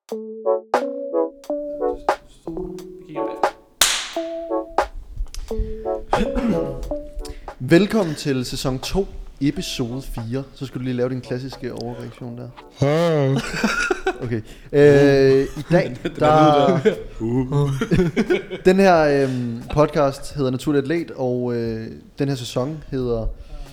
Velkommen til sæson 2, episode 4. Så skal du lige lave din klassiske overreaktion der. Okay. I dag, der... Den her podcast hedder Naturlig Atlet, og den her sæson hedder...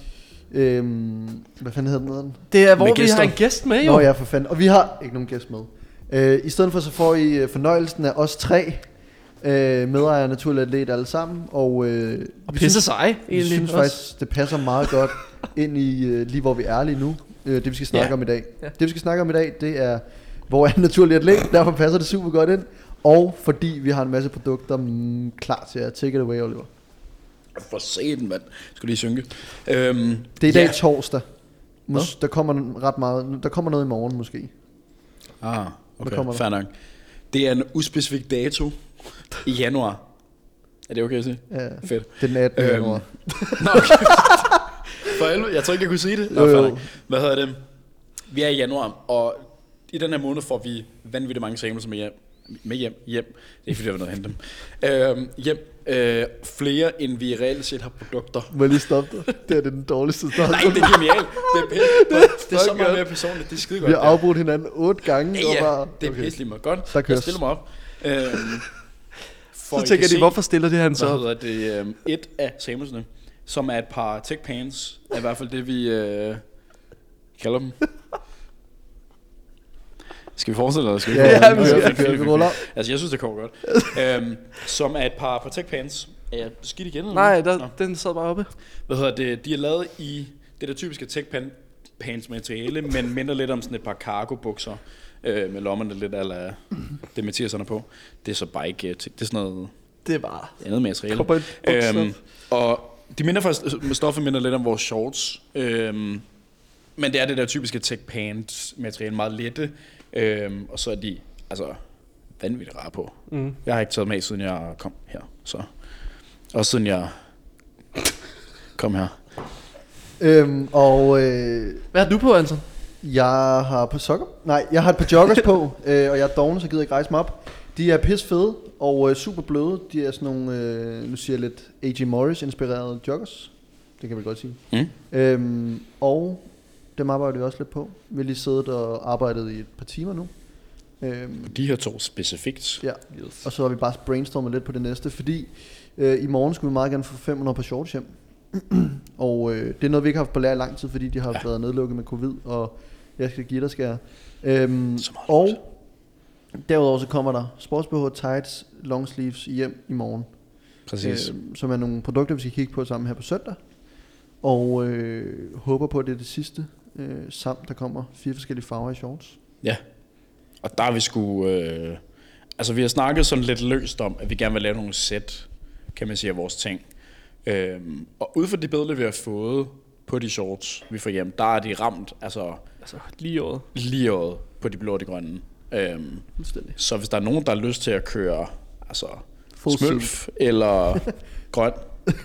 hvad fanden hedder den? Det er, hvor vi har en gæst med, jo. Nå ja, for fanden. Og vi har ikke nogen gæst med. I stedet for, så får I fornøjelsen af os tre medejere Naturlig Atlet alle sammen. Og pisser sig. Vi synes faktisk, det passer meget godt ind i lige hvor vi er lige nu. Det vi skal snakke om i dag. Det vi skal snakke om i dag, det er hvor er Naturlig Atlet. Derfor passer det super godt ind. Og fordi vi har en masse produkter klar til at take it away, Oliver. For satan, mand. Skal lige synke. Det er i dag torsdag. Der kommer ret meget. Der kommer noget i morgen måske. Okay, fair nok. Det er en uspecifik dato i januar. Er det okay at sige? Ja. Fedt. Det er den 18. januar. Nå, okay. For helvede, jeg tror ikke jeg kunne sige det. Nå, fair nok. Hvad hedder det? Vi er i januar, og i den her måned får vi vanvittigt mange samples med hjem. Det er ikke fordi jeg vil noget at hente dem. Flere end vi reelt set har produkter. Må jeg lige stoppe dig? Det er den dårligste start. Nej, det er genialt. Det er så meget mere personligt. Det er skide godt. Vi har afbrudt hinanden 8 gange. Ja, det er pisselig meget godt. Jeg stiller mig op. Så tænker de, hvorfor stiller det han så op? Hvad hedder det? Et af samlesene, som er et par tech pants, er i hvert fald det vi kalder dem. Skal vi fortsætte, eller skal vi? Ja, vi ruller. Altså, jeg synes, det kommer godt. Som er et par tech pants. Er jeg skidt igen? Eller? Nej, den sad bare oppe. Hvad hedder det? De er lavet i det der typiske tech pants materiale, men minder lidt om sådan et par cargo bukser med lommerne lidt ala det Mathias er på. Det er så bare ikke, det er sådan noget. Det er bare andet materiale. Og de minder faktisk, med stoffet minder lidt om vores shorts. Men det er det der typiske tech pants materiale, meget lette. Og så er de altså vanvittigt rare på. Jeg har ikke taget dem af, siden jeg kom her. Så også siden jeg kom her. Hvad har du på, Anton? Jeg har på sokker. Nej, jeg har et par joggers på, og jeg er doven, så gider ikke rejse mig op. De er pisse fede og super bløde. De er sådan nogle, nu siger jeg lidt A.J. Morris inspirerede joggers. Det kan vi godt sige. Og dem arbejder vi også lidt på. Vi har lige siddet og arbejdet i et par timer nu. De her to specifikt. Ja, yes. Og så har vi bare brainstormet lidt på det næste, fordi i morgen skulle vi meget gerne få 500 par shorts hjem. Og det er noget vi ikke har haft på lager i lang tid, fordi de har været nedlukket med covid, og jeg skal give dig skære. Og derudover så kommer der sports-BH, tights, long sleeves hjem i morgen. Præcis. Som er nogle produkter vi skal kigge på sammen her på søndag. Og håber på at det er det sidste, samt der kommer 4 forskellige farver i shorts. Ja. Og der er vi sgu altså vi har snakket sådan lidt løst om at vi gerne vil lave nogle sæt, kan man sige, af vores ting. Og ud fra de billeder vi har fået på de shorts vi får hjem, der er de ramt altså lige året på de blå og de grønne. Så hvis der er nogen der har lyst til at køre altså smølf eller grøn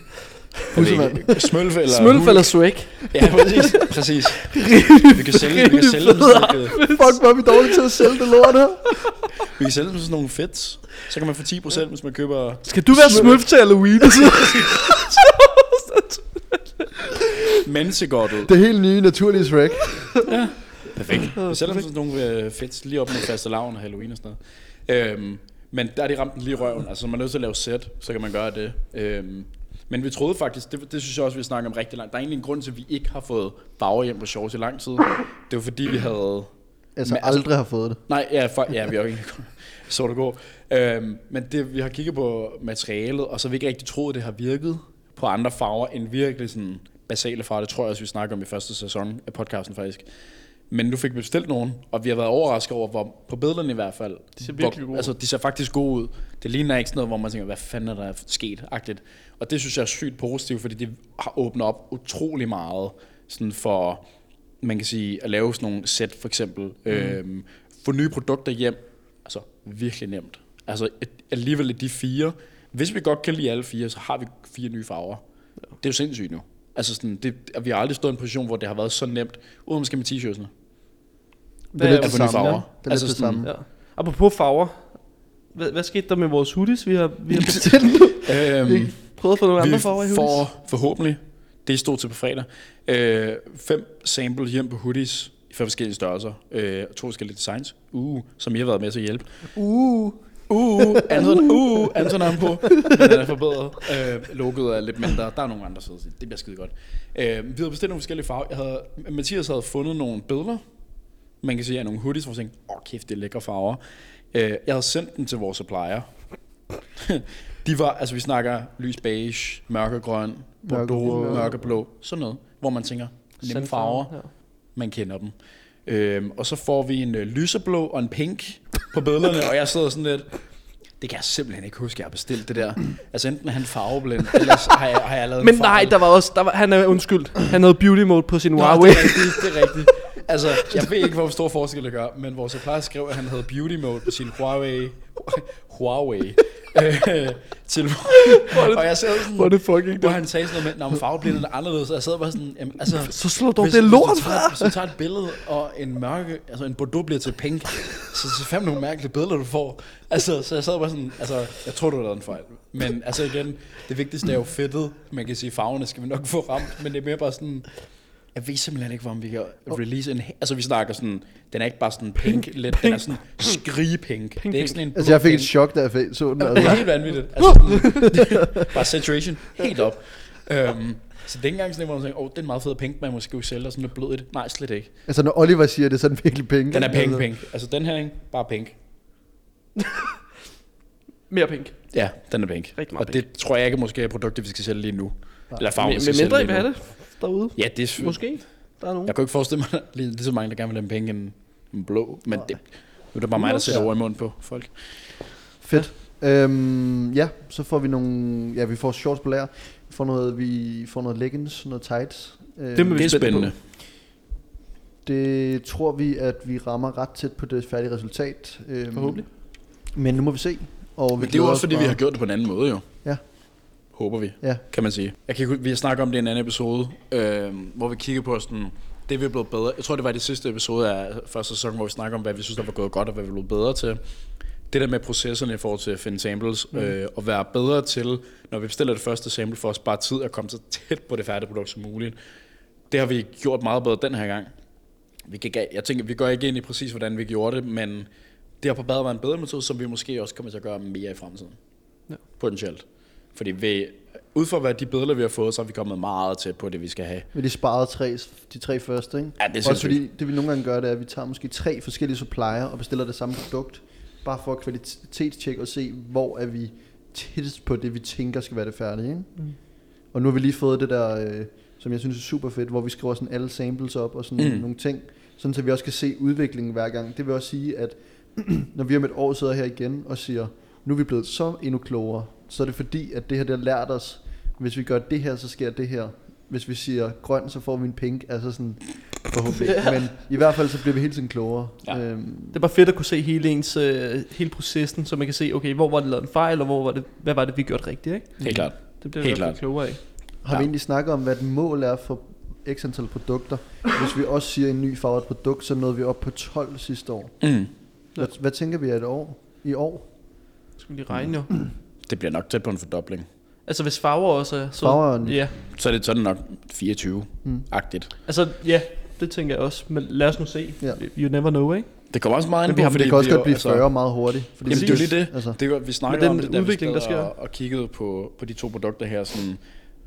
smølf eller swag. Ja, præcis. Vi kan sælge dem. Fuck, hvor er vi dårlige til at sælge det lort her. Vi kan sælge dem sådan nogle feds. Så kan man få 10%, hvis man køber. Skal du være smølf til Halloween? Men ser godt ud. Det helt nye naturlige Shrek. Ja, perfekt. Vi sælger dem sådan nogle feds lige op med fastelavn og Halloween og sådan noget. Men der er de ramt den lige i røven. Altså, når man er nødt til at lave sæt, så kan man gøre det. Men vi troede faktisk, det synes jeg også, vi snakker om rigtig langt. Der er egentlig en grund til, at vi ikke har fået farver hjem på shorts i lang tid. Det var fordi, vi havde... aldrig har fået det. Nej, ja vi har jo ikke så det går. Men det, vi har kigget på materialet, og så har vi ikke rigtig troet, det har virket på andre farver, end virkelig sådan basale farver. Det tror jeg også, vi snakker om i første sæson af podcasten faktisk. Men nu fik vi bestilt nogen, og vi har været overrasket over, hvor på billederne i hvert fald, de ser virkelig gode. Altså, de ser faktisk gode ud. Det ligner ikke sådan noget, hvor man tænker, hvad fanden er der sket-agtigt. Og det synes jeg er sygt positivt, fordi det har åbnet op utrolig meget sådan for, man kan sige, at lave sådan nogle sæt for eksempel. Få nye produkter hjem, altså virkelig nemt. Altså alligevel de 4. Hvis vi godt kan lide alle 4, så har vi 4 nye farver. Ja. Det er jo sindssygt nu. Altså sådan, vi har aldrig stået i en position, hvor det har været så nemt, uden måske med t-shirtsene. Det er lidt det samme. Farver. Det er lidt det samme. Ja. Apropos farver. Hvad skete der med vores hoodies? Vi har bestilt nu. Prøvet at få nogle andre farver i Vi hoodies. får forhåbentlig, det stod til på fredag, 5 samples hjem på hoodies i 5 forskellige størrelser. 2 forskellige designs, som I har været med til at hjælpe. Anton er ham på. Den er forbedret. Logoet er lidt mindre. Der er nogle andre sider. Det bliver skide godt. Vi havde bestilt nogle forskellige farver. Mathias havde fundet nogle billeder. Man kan sige, at nogle hoodies, hvor jeg tænkte, kæft, det er lækre farver. Jeg havde sendt dem til vores supplier. De var, altså vi snakker lys beige, mørkegrøn, bordeaux, mørkeblå, sådan noget, hvor man tænker, nemme farver, man kender dem. Og så får vi en lyseblå og en pink på billederne, og jeg sidder sådan lidt, det kan jeg simpelthen ikke huske, jeg har bestilt det der. Altså enten er han farveblind, ellers har jeg lavet Men en fejl. nej, der var, han er undskyldt. Han havde beauty mode på sin Huawei. Det er rigtigt. Altså, jeg ved ikke, hvor stor forskel det gør, men vores supplier skrev, at han havde beauty mode på sin Huawei. Og jeg sad sådan, hvor han sagde sådan noget med, når farveblindet er anderledes, og jeg sad bare sådan, altså, Så slå dog det lort fra. Hvis du tager et billede, og en mørke, altså en bordeaux bliver til pink, så er fandme nogle mærkelige billeder, du får. Altså, så jeg sad bare sådan, altså, jeg tror, du har lavet en fejl. Men altså igen, det vigtigste er jo fedtet. Man kan sige, farverne skal vi nok få ramt, men det er mere bare sådan, jeg ved simpelthen ikke, om vi kan release en... Altså, vi snakker sådan... Den er ikke bare sådan pink lidt, den er sådan skrigepink. Det er ikke sådan en... Altså, jeg fik et chok, da jeg så den. Det er helt vanvittigt. Altså, sådan, bare saturation helt op. Så det er ikke engang sådan, hvor man tænker, det er en meget fed pink, man måske sælge sådan lidt blød i det. Nej, slet ikke. Altså, når Oliver siger det, så er den virkelig pink. Den er pink. Altså, den her, ikke? Bare pink. Mere pink. Ja, den er pink. Rigtig meget og det tror jeg ikke måske er produkter, vi skal sælge lige nu. Eller farven, vi skal med mindre I sælge vil lige have nu. det derude. Ja, det er Måske. Der er nogen. Jeg kan ikke forestille mig, lige så mange, der gerne vil have en penge end en blå. Men det, nu er det bare mig, der sætter ord i munden på folk. Fedt. Ja, så får vi nogle... Ja, vi får shorts på lager. Vi får noget leggings, noget tights. Det er spændende. Det tror vi, at vi rammer ret tæt på det færdige resultat. Forhåbentlig. Men nu må vi se. Og Men det er jo også fordi, vi har gjort det på en anden måde jo. Ja. Håber vi, ja. Kan man sige. Jeg kan ikke, vi har snakket om det i en anden episode, hvor vi kigger på sådan, det vi er blevet bedre. Jeg tror, det var i det sidste episode af første sæson, hvor vi snakker om, hvad vi synes, der var gået godt, og hvad vi er blevet bedre til. Det der med processerne i forhold til at finde samples, og være bedre til, når vi bestiller det første sample, for os bare tid at komme så tæt på det færdige produkt som muligt. Det har vi gjort meget bedre den her gang. Jeg tænker, vi går ikke ind i præcis, hvordan vi gjorde det, men det har på bare været en bedre metode, som vi måske også kommer til at gøre mere i fremtiden. Ja. Potentielt. Fordi ud fra hvad de billeder, vi har fået, så har vi kommet meget tæt på det, vi skal have. Vi har sparet de 3 første, ikke? Ja, det er også fordi, det vi nogle gange gør, det er, at vi tager måske 3 forskellige supplier og bestiller det samme produkt, bare for at kvalitetstjekke og se, hvor er vi tættest på det, vi tænker skal være det færdige, ikke? Og nu har vi lige fået det der, som jeg synes er super fedt, hvor vi skriver sådan alle samples op og sådan nogle ting, sådan så vi også kan se udviklingen hver gang. Det vil også sige, at når vi om et år sidder her igen og siger, nu er vi blevet så endnu klogere, så er det fordi, at det her, det har lært os, hvis vi gør det her, så sker det her. Hvis vi siger grøn, så får vi en pink, altså sådan forhåbentlig. Men i hvert fald, så bliver vi hele tiden klogere. Ja. Det er bare fedt at kunne se hele processen, så man kan se, okay, hvor var det lavet en fejl, og hvad var det, vi gjorde rigtigt, ikke? Helt klart. Det bliver vi i hvert fald klogere af. Har vi egentlig snakket om, hvad et mål er for x antal produkter? Hvis vi også siger en ny farvet produkt, så nåede vi op på 12 sidste år. Hvad tænker vi af et år? I år? Skal vi lige regne jo? Det bliver nok tæt på en fordobling. Altså hvis farver også er så... Farveren? Ja. Så er det sådan nok 24-agtigt. Altså ja, det tænker jeg også. Men lad os nu se. Ja. You never know, ikke? Det kommer også meget ind på, fordi det kan også godt blive 40 meget hurtigt. Fordi jamen, det er jo lige det. Altså. Det er, vi snakker om det, der udvikling, der sker. Og kiggede på de 2 produkter her. Sådan,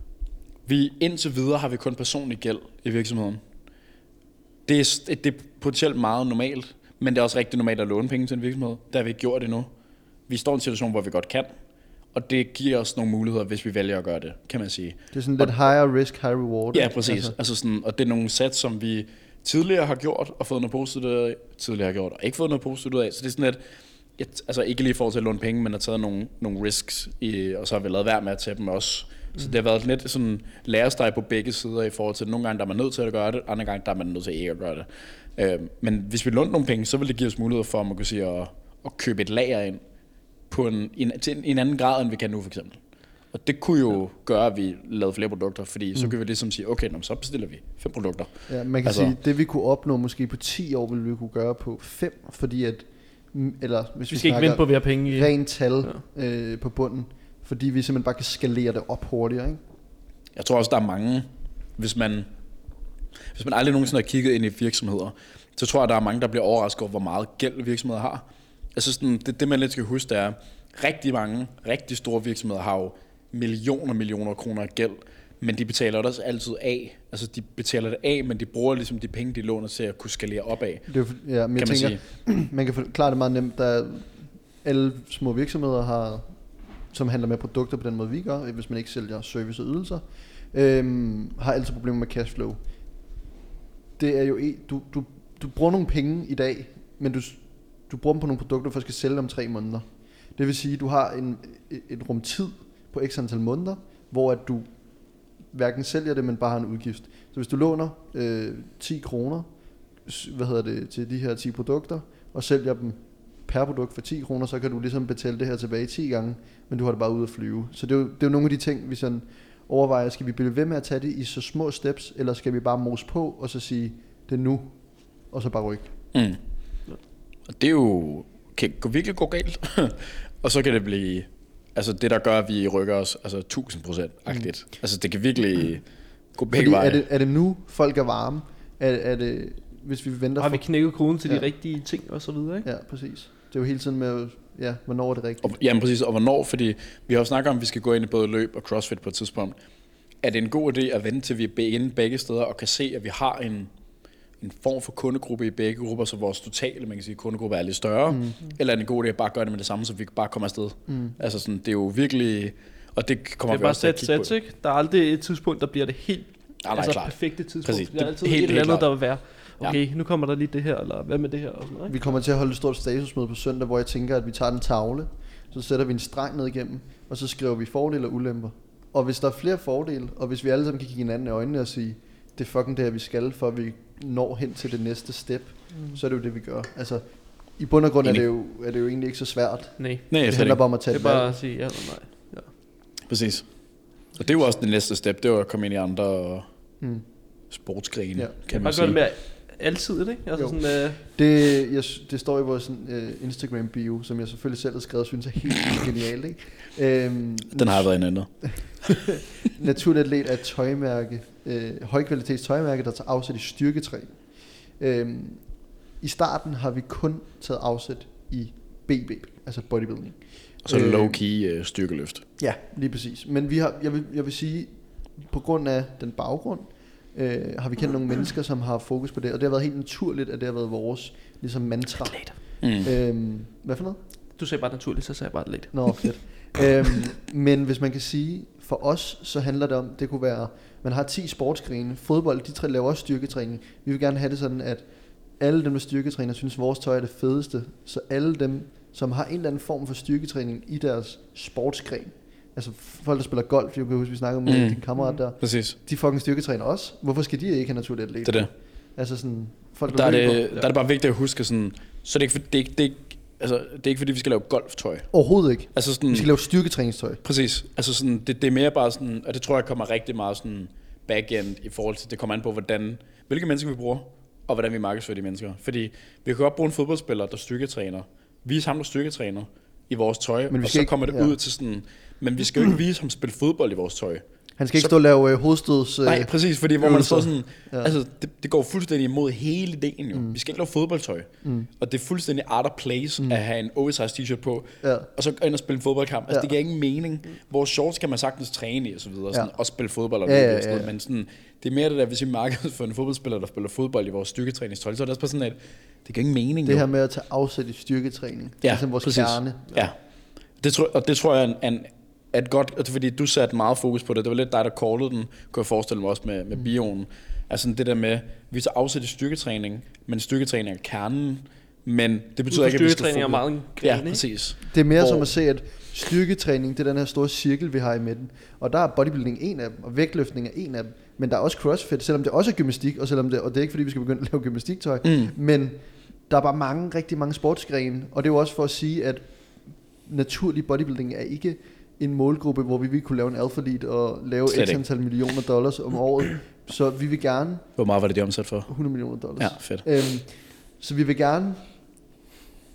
indtil videre har vi kun personlig gæld i virksomheden. Det er potentielt meget normalt, men det er også rigtig normalt at låne penge til en virksomhed. Det har vi ikke gjort endnu. Vi står i en situation, hvor vi godt kan, og det giver os nogle muligheder, hvis vi vælger at gøre det, kan man sige. Det er sådan lidt higher risk, high reward. Ja, præcis. Altså sådan, og det er nogle sats, som vi tidligere har gjort og fået noget positivt af, tidligere har gjort og ikke fået noget positivt af. Så det er sådan lidt, altså ikke lige i forhold til at låne penge, men har taget nogle risks, og så har vi lavet værd med at tage dem også. Så det har været lidt sådan læresteg på begge sider i forhold til, nogle gange der er man nødt til at gøre det, andre gange der er man nødt til ikke at gøre det. Men hvis vi låner nogle penge, så vil det give os mulighed for, man kan sige, at købe et lager ind på til en anden grad, end vi kan nu for eksempel. Og det kunne jo gøre, at vi lavede flere produkter, fordi så kan vi ligesom sige, okay, så bestiller vi 5 produkter. Ja, man kan sige, det vi kunne opnå måske på 10 år, ville vi kunne gøre på 5, fordi at eller hvis Vi skal ikke vente på at vi har penge i. rent tal på bunden, fordi vi simpelthen bare kan skalere det op hurtigere, ikke? Jeg tror også, der er mange, hvis man aldrig nogensinde har kigget ind i virksomheder, så tror jeg, der er mange, der bliver overrasket over, hvor meget gæld virksomheder har. Altså sådan, det man lidt skal huske, det er, rigtig mange, rigtig store virksomheder har jo millioner kroner af gæld, men de betaler det også altid af. Altså de betaler det af, men de bruger ligesom de penge, de låner til at kunne skalere op af. Det er, ja, men jeg tænker, man kan forklare det meget nemt, da alle små virksomheder har, som handler med produkter på den måde vi gør, hvis man ikke sælger service og ydelser, har altid problemer med cashflow. Det er jo, du bruger nogle penge i dag, men du bruger dem på nogle produkter, for at skal sælge om 3 måneder. Det vil sige, at du har et rum tid på x antal måneder, hvor at du hverken sælger det, men bare har en udgift. Så hvis du låner 10 kroner til de her 10 produkter, og sælger dem per produkt for 10 kroner, så kan du ligesom betale det her tilbage 10 gange, men du har det bare ude at flyve. Så det er jo nogle af de ting, vi sådan overvejer, skal vi blive ved med at tage det i så små steps, eller skal vi bare mose på, og så sige, det er nu, og så bare rykke. Og det er jo, kan virkelig gå galt, og så kan det blive, altså det der gør, at vi rykker os, altså 1000%-agtigt. Altså det kan virkelig gå begge veje. Er det nu, folk er varme? Er det, hvis vi venter har vi knækket koden til de rigtige ting og så videre, ikke? Ja, præcis. Det er jo hele tiden med, hvornår er det rigtigt? Jamen præcis, og hvornår, fordi vi har jo snakket om, at vi skal gå ind i både løb og crossfit på et tidspunkt. Er det en god idé at vente til vi er inde begge steder og kan se, at vi har en form for kundegruppe i begge grupper, så vores totale, man kan sige, kundegruppe er lidt større, eller er det en god idé at bare gøre det med det samme, så vi bare kommer afsted? Altså sådan, det er jo virkelig, og det kommer vi også til at kigge på. Ikke? Der er aldrig et tidspunkt, der bliver det helt perfekte tidspunkt. Præcis. Det er altid helt, et eller andet, klart. der vil være, okay, nu kommer der lige det her, eller hvad med det her? Og sådan noget, ikke? Vi kommer til at holde et stort statusmøde på søndag, hvor jeg tænker, at vi tager en tavle, så sætter vi en streg ned igennem, og så skriver vi fordele og ulemper. Og hvis der er flere fordele, og hvis vi alle sammen kan kigge hinanden i øjnene og sige, det er fucking det her, vi skal, for at vi når hen til det næste step, så er det jo det, vi gør. Altså, i bund og grund er det jo egentlig ikke så svært. Nej, det handler bare om at tage det. Det er bare at sige ja eller nej. Ja. Præcis. Og det er jo også det næste step, det er at komme ind i andre sportsgrene, kan man sige. Bare gøre det med altid, ikke? Altså sådan, det står i vores Instagram bio, som jeg selvfølgelig selv har skrevet, synes er helt genialt, ikke? Den har jeg været inde. Naturatlet er et tøjmærke, højkvalitets tøjmærke, der tager afsæt i styrketræning. I starten har vi kun taget afsæt i BB, altså bodybuilding. Og så low-key styrkeløft. Ja, lige præcis. Men jeg vil sige, på grund af den baggrund, har vi kendt nogle mennesker, som har fokus på det, og det har været helt naturligt, at det har været vores ligesom mantra. Hvad for noget? Du sagde bare naturligt, så sagde jeg bare lidt. Nå, fedt. Men hvis man kan sige, for os, så handler det om, det kunne være, man har 10 sportsgrene, fodbold, de 3 laver også styrketræning. Vi vil gerne have det sådan, at alle dem, der styrketræner, synes vores tøj er det fedeste, så alle dem, som har en eller anden form for styrketræning i deres sportsgren, altså folk, der spiller golf, jeg kan huske, vi snakkede med din kammerat der, præcis. De fucking styrketræner også. Hvorfor skal de ikke have naturligt atlet? Det er det. Altså sådan, folk, der er det bare vigtigt at huske sådan, så det er ikke, det er ikke fordi vi skal lave golftøj. Overhovedet ikke. Altså sådan, vi skal lave styrketræningstøj. Præcis. Altså sådan, det er mere bare sådan, og det tror jeg kommer rigtig meget sådan back-end i forhold til, det kommer an på, hvilke mennesker vi bruger, og hvordan vi markedsfører de mennesker. Fordi vi kan godt bruge en fodboldspiller, der styrketræner, vise ham, der styrketræner i vores tøj, og så kommer det ud til sådan, men vi skal jo ikke vise ham spille fodbold i vores tøj. Han skal ikke stå og lave hovedstøds. Nej, præcis, fordi hvor man står sådan, altså det går fuldstændig imod hele ideen jo. Vi skal ikke lave fodboldtøj. Og det er fuldstændig out of place at have en oversized t-shirt på, og så gå ind og spille en fodboldkamp. Altså det giver ingen mening. Vores shorts kan man sagtens træne i og så videre, sådan, og spille fodbold og noget, men sådan, det er mere det der, hvis vi markedsfører en fodboldspiller, der spiller fodbold i vores styrketræningstøj, så er det også bare sådan, at det giver ingen mening. Det her med at tage afsæt i styrketræning, det er sådan vores kerne. Ja, det tror jeg er et godt, fordi du satte meget fokus på det. Det var lidt dig, der callede den, kunne jeg forestille mig også med bioen. Altså det der med, vi tager afsæt i styrketræning, men styrketræning er kernen, men det betyder ikke, at vi skal styrketræning er meget en ja, præcis. Det er mere som at se, at styrketræning, det er den her store cirkel, vi har i midten. Og der er bodybuilding en af dem, og vægtløftning er en af dem. Men der er også crossfit, selvom det også er gymnastik, og selvom det er ikke fordi, vi skal begynde at lave gymnastiktøj, men der er bare rigtig mange sportsgrene, og det er jo også for at sige, at naturlig bodybuilding er ikke en målgruppe, hvor vi vil kunne lave en alpha lead og lave x antal millioner dollars om året. Så vi vil gerne... Hvor meget var det omsat for? $100 million. Ja, fedt. Så vi vil gerne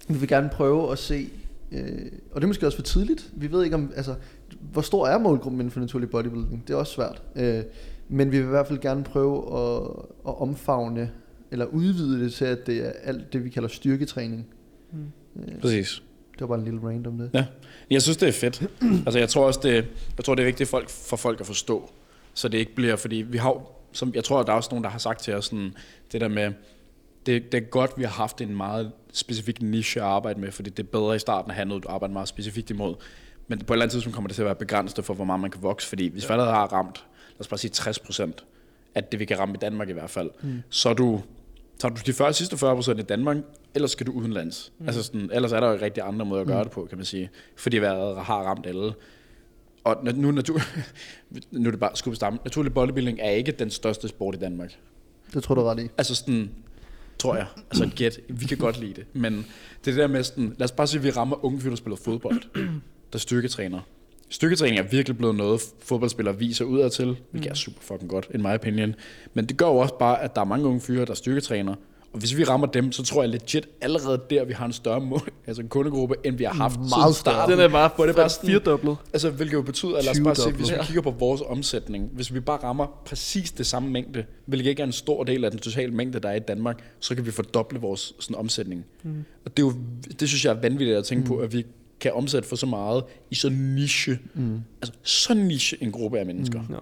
Vi vil gerne prøve at se, og det er måske også for tidligt. Vi ved ikke om, altså, hvor stor er målgruppen inden for naturlig bodybuilding? Det er også svært. Men vi vil i hvert fald gerne prøve at omfavne, eller udvide det til, at det er alt det, vi kalder styrketræning. Præcis. Det var bare en lille rant om det. Ja, jeg synes, det er fedt. Altså, jeg tror også, det er vigtigt for folk at forstå, så det ikke bliver, fordi vi har, som jeg tror, der er også nogen, der har sagt til os sådan, det der med, det er godt, vi har haft en meget specifik niche at arbejde med, fordi det er bedre i starten at have noget, du arbejder meget specifikt imod. Men på et eller andet tidspunkt kommer det til at være begrænset for, hvor meget man kan vokse, fordi hvis vi allerede har ramt, lad os bare sige 60%, at det vi kan ramme i Danmark i hvert fald, så tager du de sidste 40% i Danmark, ellers skal du udenlands. Altså sådan, ellers er der jo rigtig andre måder at gøre det på, kan man sige, fordi vi har ramt alle. Og nu er det bare skudt stamme. Naturlig bodybuilding er ikke den største sport i Danmark. Det tror du ret i. Altså sådan, tror jeg. Altså gæt, vi kan godt lide det. Men det der med sådan, lad os bare sige, at vi rammer unge fyre, der spiller fodbold, der styrketræner. Styrketræning er virkelig blevet noget, fodboldspillere viser udad til, hvilket er super fucking godt, in my opinion. Men det gør jo også bare, at der er mange unge fyre, der styrketræner. Og hvis vi rammer dem, så tror jeg legit allerede der, vi har en større altså en kundegruppe, end vi har haft siden starten. Den er bare firedoblet. Altså, hvilket jo betyder, at lad os bare se, hvis vi kigger på vores omsætning, hvis vi bare rammer præcis det samme mængde, hvilket ikke er en stor del af den totale mængde, der er i Danmark, så kan vi fordoble vores sådan, omsætning. Og det synes jeg er vanvittigt at tænke på, at vi kan omsætte for så meget i så niche, altså så niche en gruppe af mennesker. Ja.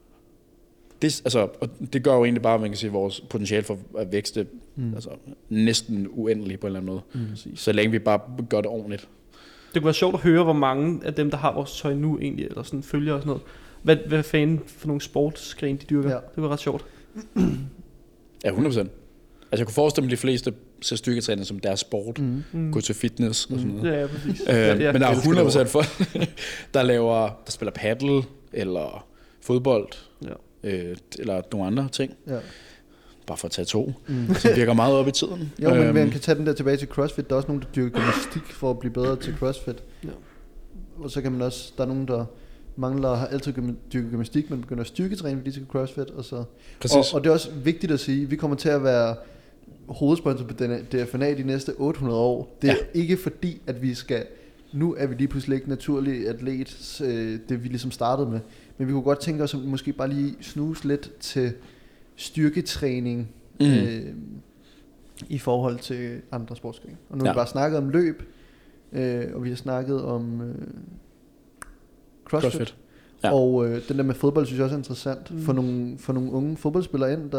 Det gør jo egentlig bare, at man kan sige, vores potentiale for at vækste altså, næsten uendelig på en eller anden måde. Så længe vi bare gør det ordentligt. Det kunne være sjovt at høre, hvor mange af dem, der har vores tøj nu egentlig, eller sådan følger og sådan noget, hvad fanden for nogle sportsgren de dyrker. Ja. Det var ret sjovt. Ja, 100%. Altså jeg kunne forestille mig, de fleste ser styrketræning som deres sport. Gå til fitness og sådan noget. Ja, præcis. Men der er 100% folk, der spiller paddle, eller fodbold, eller nogle andre ting. Ja. Bare for at tage 2. Så virker meget op i tiden. Jo, men man kan tage den der tilbage til CrossFit. Der er også nogen, der dyrker gymnastik for at blive bedre til CrossFit. Ja. Og så kan man også, der er nogen, der mangler har altid dyrket gymnastik, men begynder at styrketræne, fordi de skal CrossFit. Og det er også vigtigt at sige, vi kommer til at være hovedsponsor på DFNA de næste 800 år. Det er ikke fordi, at vi skal, nu er vi lige pludselig ikke naturlig atlet, det vi ligesom startede med. Men vi kunne godt tænke os at måske bare lige snuse lidt til styrketræning i forhold til andre sportsgrene. Og nu har vi bare snakket om løb, og vi har snakket om CrossFit. Ja. Og den der med fodbold synes jeg også er interessant for nogle unge fodboldspillere ind,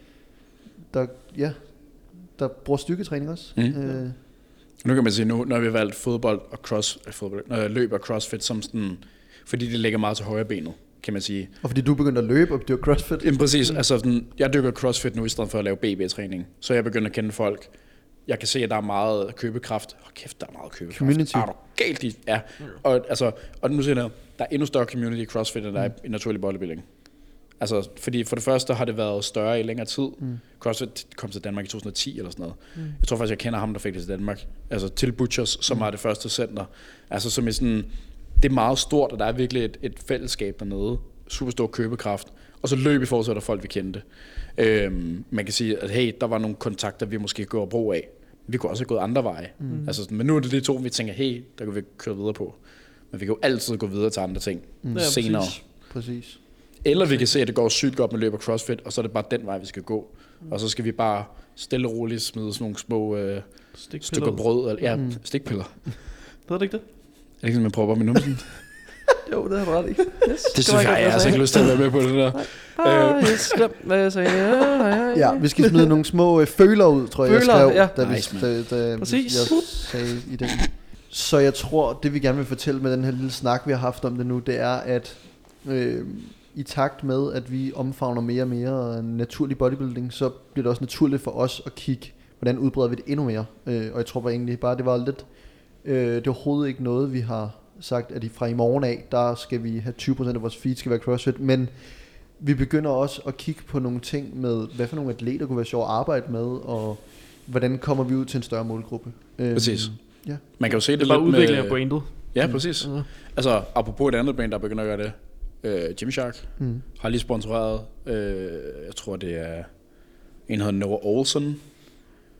der bruger styrketræning også. Nu kan man sige, nu har vi valgt fodbold og løb og CrossFit som sådan, fordi det ligger meget til højre benet, kan man sige. Og fordi du begyndte at løbe og dyrke CrossFit? Jamen præcis, altså jeg dykker CrossFit nu i stedet for at lave BB-træning, så jeg begynder at kende folk. Jeg kan se, at der er meget købekraft. Kæft, der er meget købekraft. Community. Galt, ja. Og nu siger jeg, der er endnu større community i CrossFit, end der er i naturlig bodybuilding. Altså, fordi for det første har det været større i længere tid. CrossFit kom til Danmark i 2010 eller sådan noget. Jeg tror faktisk, jeg kender ham, der fik det til Danmark. Altså til Butchers, som var det første center. Altså som er sådan, det er meget stort, og der er virkelig et fællesskab dernede. Super stor købekraft. Og så løb i forhold til, at folk vi kendte. Man kan sige, at hey, der var nogle kontakter, vi måske går brug af. Vi kunne også have gået andre veje. Altså, men nu er det de 2, vi tænker, hey, der kan vi køre videre på. Men vi kan jo altid gå videre til andre ting senere. Præcis. Eller vi kan se, at det går sygt godt med løb og CrossFit, og så er det bare den vej, vi skal gå. Og så skal vi bare stille og roligt smide sådan nogle små stykker brød. Eller, stikpiller. Ved du ikke det? Er det ikke sådan, man prøver med numsen? Jo, det har du ret i. Yes. Det synes jeg altså ikke lyst til at være med på det der. Hvad jeg sagde. Ja, vi skal smide nogle små føler ud, tror jeg, skrev, da Præcis. jeg sagde i den. Så jeg tror, det vi gerne vil fortælle med den her lille snak, vi har haft om det nu, det er, at i takt med, at vi omfavner mere og mere naturlig bodybuilding, så bliver det også naturligt for os at kigge, hvordan udbreder vi det endnu mere. Og jeg tror bare egentlig bare, det var lidt, det er overhovedet ikke noget, vi har sagt, at fra i morgen af, der skal vi have 20% af vores feed skal være CrossFit, men vi begynder også at kigge på nogle ting med, hvad for nogle atleter kunne være sjov at arbejde med, og hvordan kommer vi ud til en større målgruppe. Præcis. Ja. Man kan jo se det lidt med udvikling af brandet. Ja, præcis. Altså, apropos et andet brand, der begynder at gøre det, Gymshark har lige sponsoreret, jeg tror det er en, der hedder Noah Olsen, som begynder at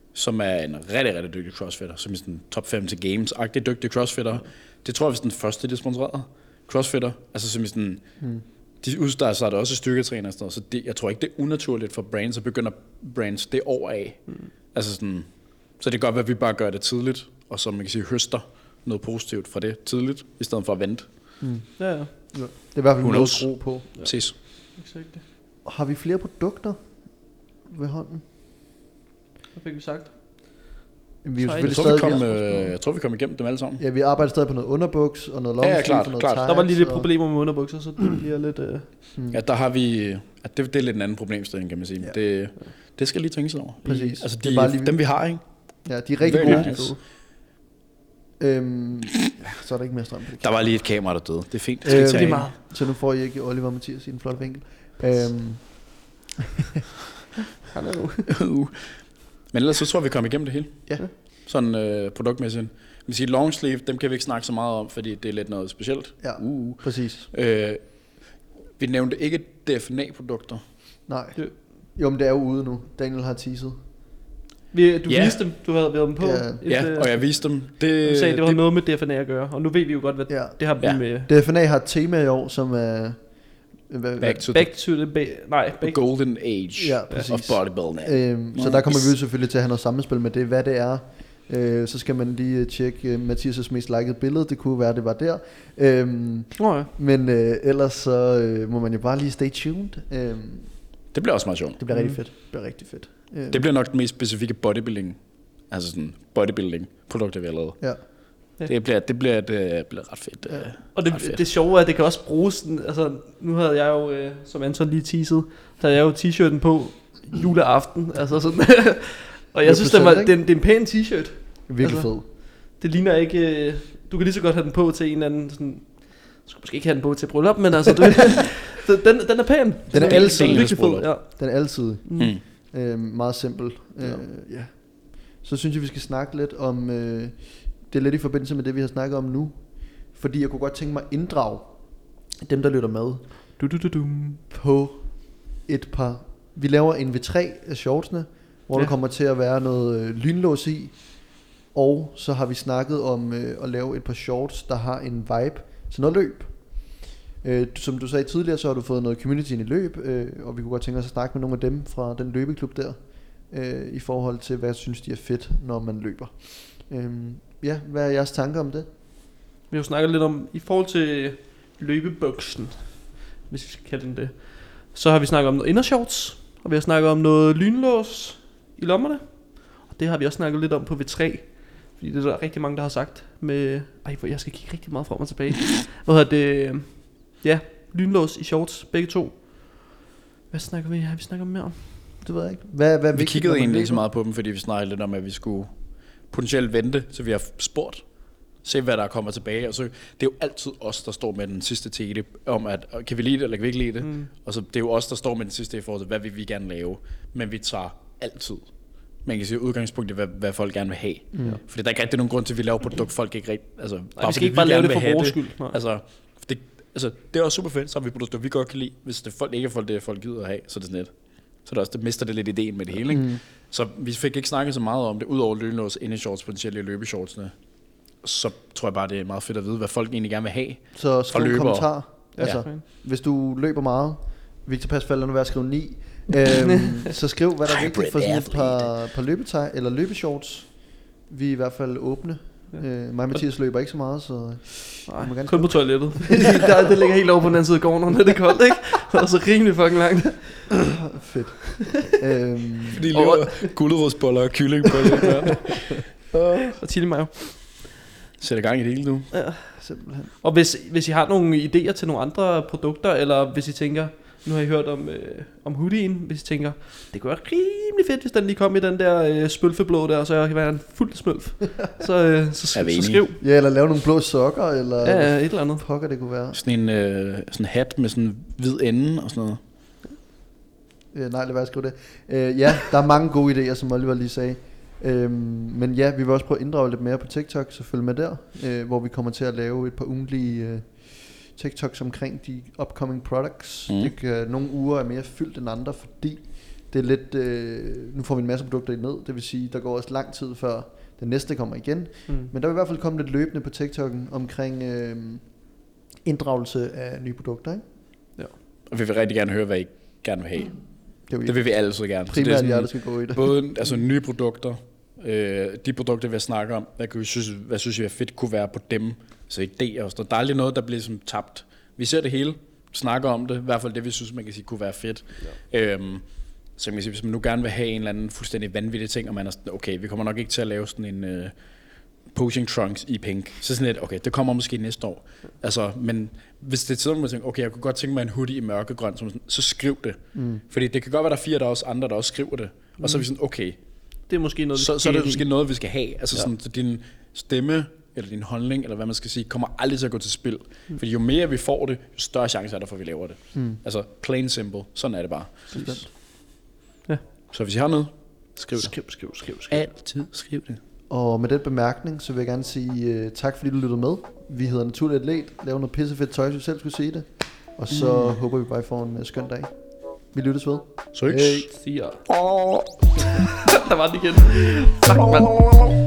som er en rigtig, rigtig dygtig crossfitter, som er sådan top 5 til games-agtig dygtig crossfitter. Det tror jeg, hvis den første, de sponsorerede crossfitter. Altså som i sådan, de udstager sig også styrketræner og sådan noget, så jeg tror ikke, det er unaturligt for brands, at begynder brands det år af. Altså sådan, så det kan godt være, at vi bare gør det tidligt, og så man kan sige, høster noget positivt fra det tidligt, i stedet for at vente. Ja. Det er i hvert fald noget at tro på. Præcis. Exakt. Har vi flere produkter ved hånden? Hvad fik vi sagt? Vi er jo Jeg selvfølgelig tror, vi kom igennem dem alle sammen. Ja, vi arbejder stadig på noget underbuks og noget longsleeve klart, og noget klart. tights. Der var lige lidt problemer med underbukser, så det bliver lidt... Ja, der har vi... Det er lidt en anden problemsting, kan man sige. Ja. Det skal lige tænkes over. Præcis. Altså, Det er bare lige- dem vi har, ikke? Ja, de er rigtig Very gode. nice. Så er der ikke mere strøm på det. Der var lige et kamera, der døde. Det er fint. Det Øhm, skal det er tage meget. Så nu får I ikke Oliver og Mathias i en flot vinkel. Han er nu. Men ellers så tror jeg, vi kommer igennem det hele. Ja. Sådan produktmæssigt. Vi siger long sleeve, dem kan vi ikke snakke så meget om, fordi det er lidt noget specielt. Ja, præcis. Vi nævnte ikke DFNA-produkter. Nej. Jo, men det er jo ude nu. Daniel har teaset. Du viste dem, du havde været dem på. Ja. Og jeg viste dem. Du sagde, det var noget med DFNA at gøre, og nu ved vi jo godt, hvad det har vi med. DFNA har et tema i år, som er... Back to the golden age of bodybuilding. Så der kommer vi jo selvfølgelig til at have noget sammenspil med det, hvad det er. Så skal man lige tjekke Mathias' mest likede billede. Det kunne være, det var der. Men ellers så må man jo bare lige stay tuned. Det bliver også meget sjovt. Det bliver rigtig fedt. Det bliver rigtig fedt. Det bliver nok den mest specifikke bodybuilding, altså sådan bodybuilding produkter vi har lavet. Ja. Det bliver ret fedt. Ja. Og det sjove er, at det kan også bruges sådan, altså nu havde jeg jo, som Anton lige teasede, der havde jeg jo t-shirten på juleaften, altså sådan, og jeg synes, det er en pæn t-shirt. Virkelig fed. Det ligner ikke, du kan lige så godt have den på til en eller anden sådan, du skal måske ikke have den på til bryllup, men altså, den er pæn. Den er altid virkelig fed, ja. Den er altid. Meget simpel. Ja. Så synes jeg, vi skal snakke lidt om... det er lidt i forbindelse med det, vi har snakket om nu. Fordi jeg kunne godt tænke mig at inddrage dem, der lytter med på et par... Vi laver en V3 af shortsene, hvor der kommer til at være noget lynlås i. Og så har vi snakket om at lave et par shorts, der har en vibe til noget løb. Som du sagde tidligere, så har du fået noget community ind i løb, og vi kunne godt tænke os at snakke med nogle af dem fra den løbeklub der, i forhold til, hvad synes de er fedt, når man løber. Ja, hvad er jeres tanker om det? Vi har jo snakket lidt om, i forhold til løbebuksen, hvis vi skal kalde den det, så har vi snakket om noget indershorts, og vi har snakket om noget lynlås i lommerne, og det har vi også snakket lidt om på V3, fordi det er der rigtig mange, der har sagt med, jeg skal kigge rigtig meget frem og tilbage. Hvad hedder det? Ja, lynlås i shorts, begge to. Hvad snakker vi? Har vi snakket mere om? Det ved jeg ikke. Hvad vi kiggede egentlig ikke så meget på dem, fordi vi snakkede lidt om, at vi skulle potentielt vente, så vi har spurgt, se hvad der kommer tilbage, og så det er jo altid os, der står med den sidste tete om, at kan vi lide det, eller kan vi ikke lide det, og så det er jo os, der står med den sidste i forhold til, hvad vil vi gerne lave, men vi tager altid, man kan sige udgangspunkt i, hvad folk gerne vil have, fordi der er ikke rigtig nogen grund til, at vi laver produkt, folk ikke rigtig, altså, bare vi skal ikke bare lave det for vores skyld, altså, det er også super fedt, så har vi produkter, vi godt kan lide, hvis det folk ikke er det, folk gider at have, så er det sådan lidt. Så det også, det mister det lidt ideen med det hele, ikke? Så vi fik ikke snakket så meget om det, udover lynlås, indeshorts, potentielle løbeshortsene. Så tror jeg bare, det er meget fedt at vide, hvad folk egentlig gerne vil have. Så skriv en kommentar. Altså, hvis du løber meget, Victor Pasfald, lad nu være at skrive 9, så skriv, hvad der er vigtigt for sådan et par løbetøj eller løbeshorts. Vi er i hvert fald åbne. Mig og Mathias løber ikke så meget, så nej, kun på toilettet. Det ligger helt over på den anden side af gården, når det er koldt, ikke? Og så rimelig fucking langt. Fedt. Fordi de lever gulerodsboller og kyllingboller. Og chili mayo. Sætter gang i det hele nu. Ja, simpelthen. Og hvis I har nogle idéer til nogle andre produkter, eller hvis I tænker, nu har I hørt om hoodien, hvis I tænker, det kunne være rimelig fedt, hvis den lige kom i den der spølfeblå der, så jeg kan være en fuld smølf. Så skriv. Ja, eller lave nogle blå sokker, eller et eller andet. Pokker det kunne være. Sådan en hat med sådan en hvid ende og sådan noget. Nej, lad være at skrive det. Ja, der er mange gode idéer, som Oliver lige sagde. Men ja, vi vil også prøve at inddrage lidt mere på TikTok, så følg med der, hvor vi kommer til at lave et par ugentlige TikToks omkring de upcoming products. Nogle uger er mere fyldt end andre, fordi Det er lidt, nu får vi en masse produkter ned, det vil sige, der går også lang tid før den næste kommer igen. Men der vil i hvert fald komme lidt løbende på TikTok'en omkring inddragelse af nye produkter, ikke? Ja. Og vi vil rigtig gerne høre, hvad I gerne vil have. Det vil vi altid gerne. Primært jer, der skal gå i det. Både altså, nye produkter, de produkter, vi har snakket om, hvad synes I er fedt kunne være på dem, så idéer og sådan noget. Der er aldrig noget, der bliver som tabt. Vi ser det hele, snakker om det, i hvert fald det, vi synes, man kan sige, kunne være fedt. Ja. Så man kan sige, hvis man nu gerne vil have en eller anden fuldstændig vanvittig ting, og man er sådan, okay, vi kommer nok ikke til at lave sådan en potion trunks i pink, så sådan lidt, okay, det kommer måske næste år. Altså, men hvis det er sådan, man tænker, okay, jeg kunne godt tænke mig en hoodie i mørkegrøn, så skriv det. Fordi det kan godt være, der er 4, der er også andre, der også skriver det. Og så er vi sådan, okay, det er måske noget, så er det måske noget, vi skal have. Altså sådan, så din stemme, eller din holdning, eller hvad man skal sige, kommer aldrig til at gå til spil. Fordi jo mere vi får det, jo større chance er der for, at vi laver det. Altså, plain simple. Sådan er det bare. Ja. Så hvis I har noget, skriv det. Skriv. Altid skriv det. Og med den bemærkning, så vil jeg gerne sige tak, fordi du lyttede med. Vi hedder Naturlig Atlet, laver noget pissefedt tøj, hvis vi selv skulle sige det. Og så håber vi bare, I får en skøn dag. Vi lyttes ved. Søgs. Hey, siger. Der var den igen. Fuck, mand.